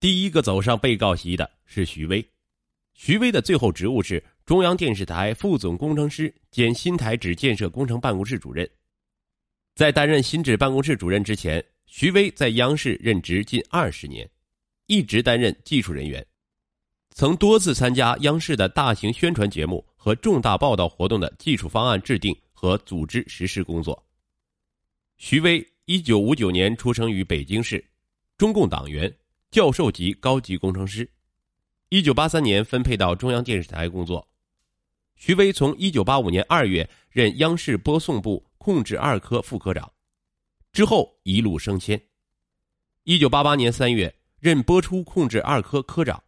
第一个走上被告席的是徐威。徐威的最后职务是中央电视台副总工程师兼新台址建设工程办公室主任。在担任新址办公室主任之前，徐威在央视任职近20年，一直担任技术人员，曾多次参加央视的大型宣传节目和重大报道活动的技术方案制定和组织实施工作。徐威1959年出生于北京市，中共党员，教授级高级工程师。1983年分配到中央电视台工作。徐威从1985年2月任央视播送部控制2科副科长，之后一路升迁。1988年3月任播出控制2科科长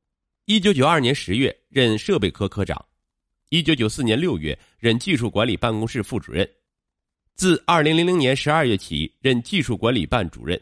，1992年10月任设备科科长，1994年6月任技术管理办公室副主任，自2000年12月起任技术管理办主任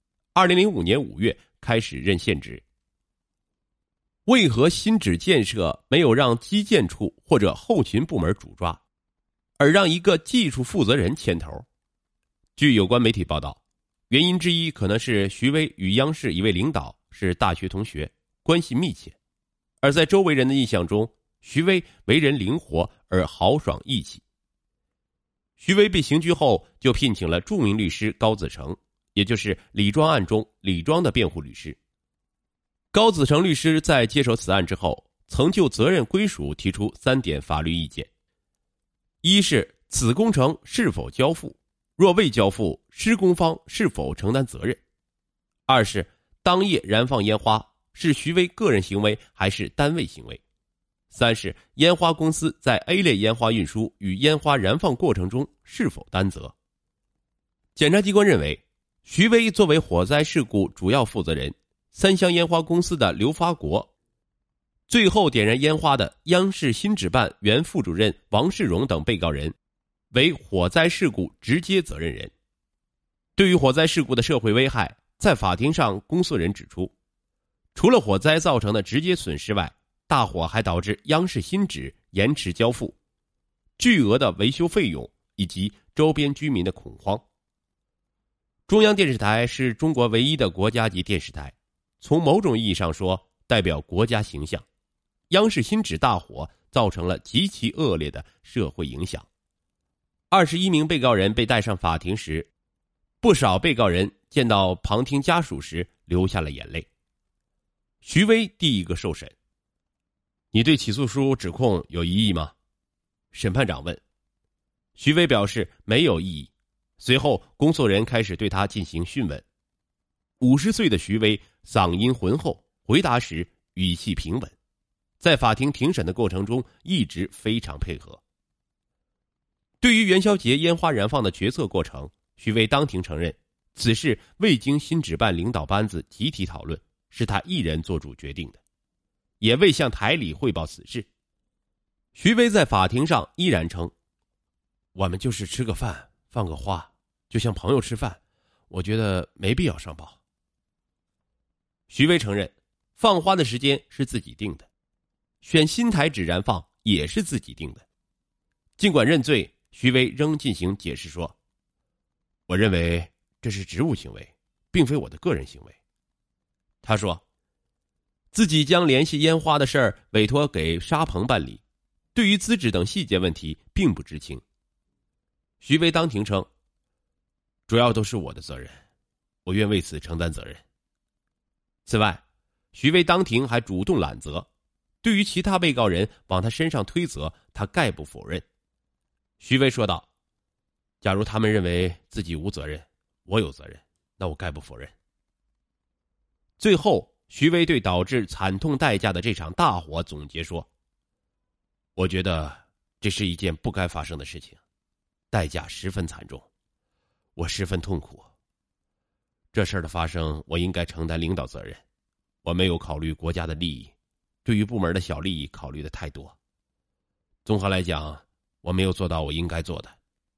，2005年5月开始任现职。为何新址建设没有让基建处或者后勤部门主抓，而让一个技术负责人牵头？据有关媒体报道，原因之一可能是徐威与央视一位领导是大学同学，关系密切，而在周围人的印象中，徐威为人灵活而豪爽义气。徐威被刑拘后，就聘请了著名律师高子成，也就是李庄案中李庄的辩护律师。高子成律师在接手此案之后，曾就责任归属提出3点法律意见：一是此工程是否交付，若未交付，施工方是否承担责任；二是当夜燃放烟花是徐威个人行为还是单位行为；三是烟花公司在 A 类烟花运输与烟花燃放过程中是否担责。检察机关认为，徐威作为火灾事故主要负责人，三湘烟花公司的刘发国，最后点燃烟花的央视新址办原副主任王世荣等被告人，为火灾事故直接责任人。对于火灾事故的社会危害，在法庭上公诉人指出，除了火灾造成的直接损失外，大火还导致央视新址延迟交付，巨额的维修费用以及周边居民的恐慌。中央电视台是中国唯一的国家级电视台，从某种意义上说，代表国家形象。央视新址大火造成了极其恶劣的社会影响。21名被告人被带上法庭时，不少被告人见到旁听家属时流下了眼泪。徐威第一个受审。你对起诉书指控有异议吗？审判长问。徐威表示没有异议。随后公诉人开始对他进行讯问。50岁的徐威嗓音浑厚，回答时语气平稳，在法庭庭审的过程中一直非常配合。对于元宵节烟花燃放的决策过程，徐威当庭承认，此事未经新址办领导班子集体讨论，是他一人做主决定的，也未向台里汇报此事。徐威在法庭上依然称，我们就是吃个饭放个花，就像朋友吃饭，我觉得没必要上报。徐威承认，放花的时间是自己定的，选新台址燃放也是自己定的。尽管认罪，徐威仍进行解释说，我认为这是职务行为，并非我的个人行为。他说，自己将联系烟花的事儿委托给沙鹏办理，对于资质等细节问题并不知情。徐威当庭称，主要都是我的责任，我愿为此承担责任。此外，徐威当庭还主动揽责，对于其他被告人往他身上推责，他概不否认。徐威说道，假如他们认为自己无责任，我有责任，那我概不否认。最后，徐威对导致惨痛代价的这场大火总结说，我觉得这是一件不该发生的事情，代价十分惨重，我十分痛苦。这事儿的发生，我应该承担领导责任，我没有考虑国家的利益，对于部门的小利益考虑的太多。综合来讲，我没有做到我应该做的。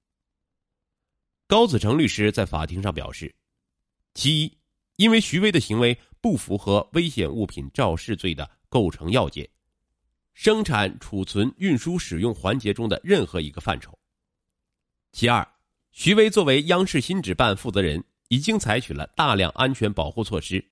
高子成律师在法庭上表示，其一，因为徐威的行为不符合危险物品肇事罪的构成要件，生产、储存、运输、使用环节中的任何一个范畴。其二，徐威作为央视新址办负责人，已经采取了大量安全保护措施，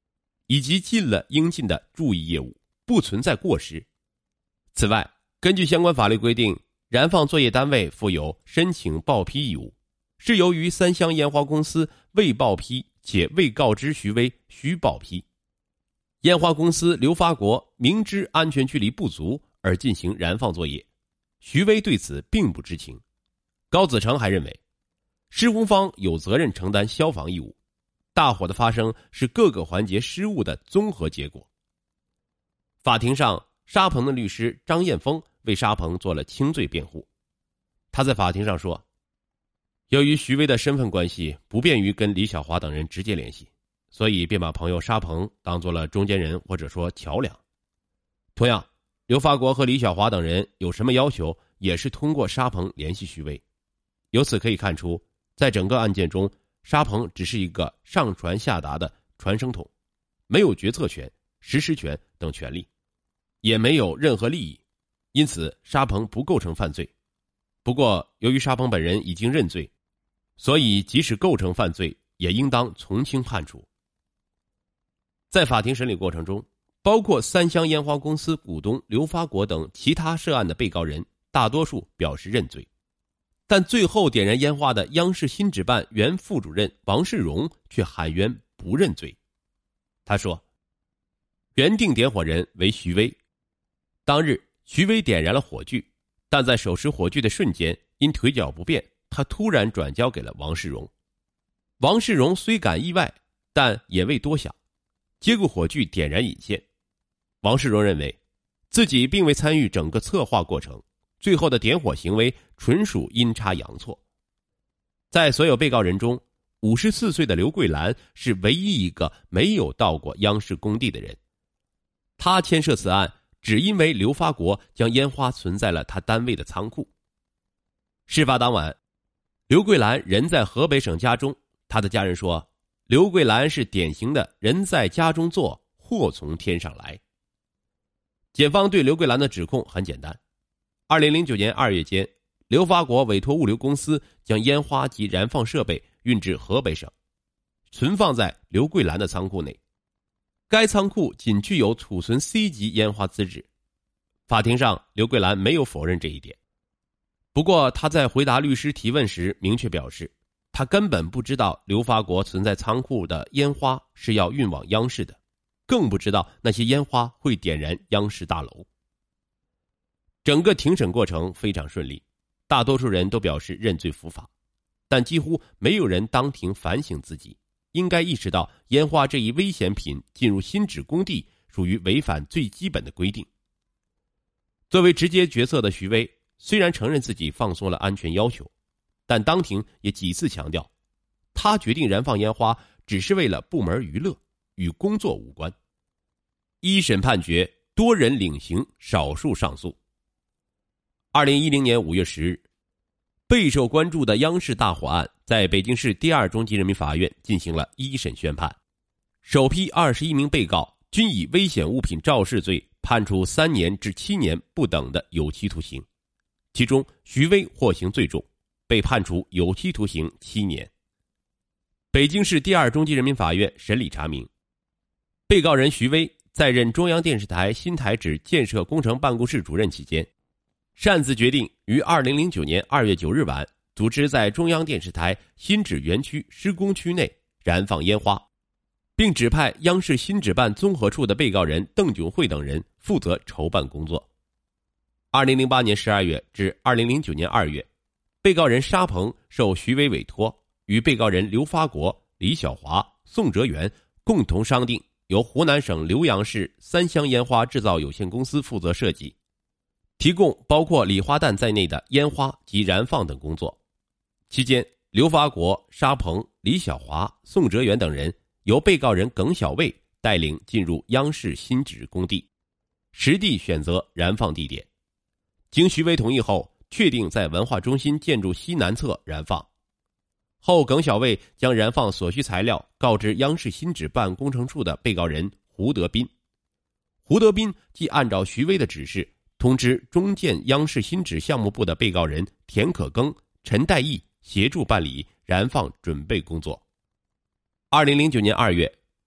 以及尽了应尽的注意业务，不存在过失。此外，根据相关法律规定，燃放作业单位负有申请报批义务，是由于三湘烟花公司未报批且未告知徐威需报批，烟花公司刘发国明知安全距离不足而进行燃放作业，徐威对此并不知情。高子成还认为，施工方有责任承担消防义务，大火的发生是各个环节失误的综合结果。法庭上，沙鹏的律师张艳峰为沙鹏做了轻罪辩护。他在法庭上说，由于徐威的身份关系不便于跟李小华等人直接联系，所以便把朋友沙鹏当作了中间人或者说桥梁。同样，刘发国和李小华等人有什么要求，也是通过沙鹏联系徐威。由此可以看出，在整个案件中，沙鹏只是一个上传下达的传声筒，没有决策权、实施权等权利，也没有任何利益，因此沙鹏不构成犯罪。不过，由于沙鹏本人已经认罪，所以即使构成犯罪，也应当从轻判处。在法庭审理过程中，包括三湘烟花公司股东刘发国等其他涉案的被告人，大多数表示认罪。但最后点燃烟花的央视新址办原副主任王世荣却喊冤不认罪。他说，原定点火人为徐威，当日徐威点燃了火炬，但在手持火炬的瞬间，因腿脚不便，他突然转交给了王世荣。王世荣虽感意外，但也未多想，接过火炬点燃引线。王世荣认为自己并未参与整个策划过程，最后的点火行为纯属阴差阳错。在所有被告人中，54岁的刘桂兰是唯一一个没有到过央视工地的人。他牵涉此案，只因为刘发国将烟花存在了他单位的仓库。事发当晚，刘桂兰人在河北省家中，他的家人说，刘桂兰是典型的人在家中坐，祸从天上来。检方对刘桂兰的指控很简单。2009年2月间，刘发国委托物流公司将烟花及燃放设备运至河北省，存放在刘桂兰的仓库内。该仓库仅具有储存 C 级烟花资质。法庭上，刘桂兰没有否认这一点。不过，他在回答律师提问时明确表示，他根本不知道刘发国存在仓库的烟花是要运往央视的，更不知道那些烟花会点燃央视大楼。整个庭审过程非常顺利，大多数人都表示认罪伏法，但几乎没有人当庭反省自己，应该意识到烟花这一危险品进入新址工地属于违反最基本的规定。作为直接决策的徐威，虽然承认自己放松了安全要求，但当庭也几次强调，他决定燃放烟花只是为了部门娱乐，与工作无关。一审判决多人领刑，少数上诉。2010年5月10日，备受关注的央视大火案在北京市第二中级人民法院进行了一审宣判，首批21名被告均以危险物品肇事罪判处3年至7年不等的有期徒刑，其中徐威获刑最重，被判处有期徒刑7年。北京市第二中级人民法院审理查明，被告人徐威在任中央电视台新台址建设工程办公室主任期间，擅自决定于2009年2月9日晚组织在中央电视台新址园区施工区内燃放烟花，并指派央视新址办综合处的被告人邓炯慧等人负责筹办工作。2008年12月至2009年2月，被告人沙鹏受徐威委托，与被告人刘发国、李小华、宋哲元共同商定，由湖南省浏阳市三湘烟花制造有限公司负责设计，提供包括礼花弹在内的烟花及燃放等工作。期间，刘发国、沙鹏、李小华、宋哲元等人由被告人耿小卫带领进入央视新址工地，实地选择燃放地点。经徐威同意后，确定在文化中心建筑西南侧燃放。后耿小卫将燃放所需材料告知央视新址办工程处的被告人胡德斌，胡德斌即按照徐威的指示通知中建央视新址项目部的被告人田可庚、陈代义协助办理燃放准备工作。2009年2月，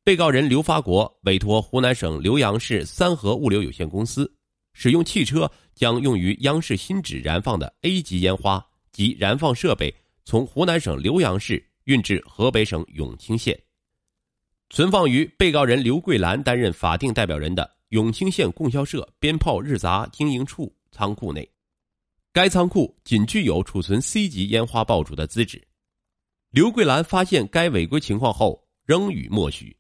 被告人刘发国委托湖南省浏阳市三和物流有限公司使用汽车将用于央视新址燃放的 A 级烟花及燃放设备从湖南省浏阳市运至河北省永清县，存放于被告人刘桂兰担任法定代表人的永清县供销社鞭炮日杂经营处仓库内。该仓库仅具有储存 C 级烟花爆竹的资质。刘桂兰发现该违规情况后仍予默许，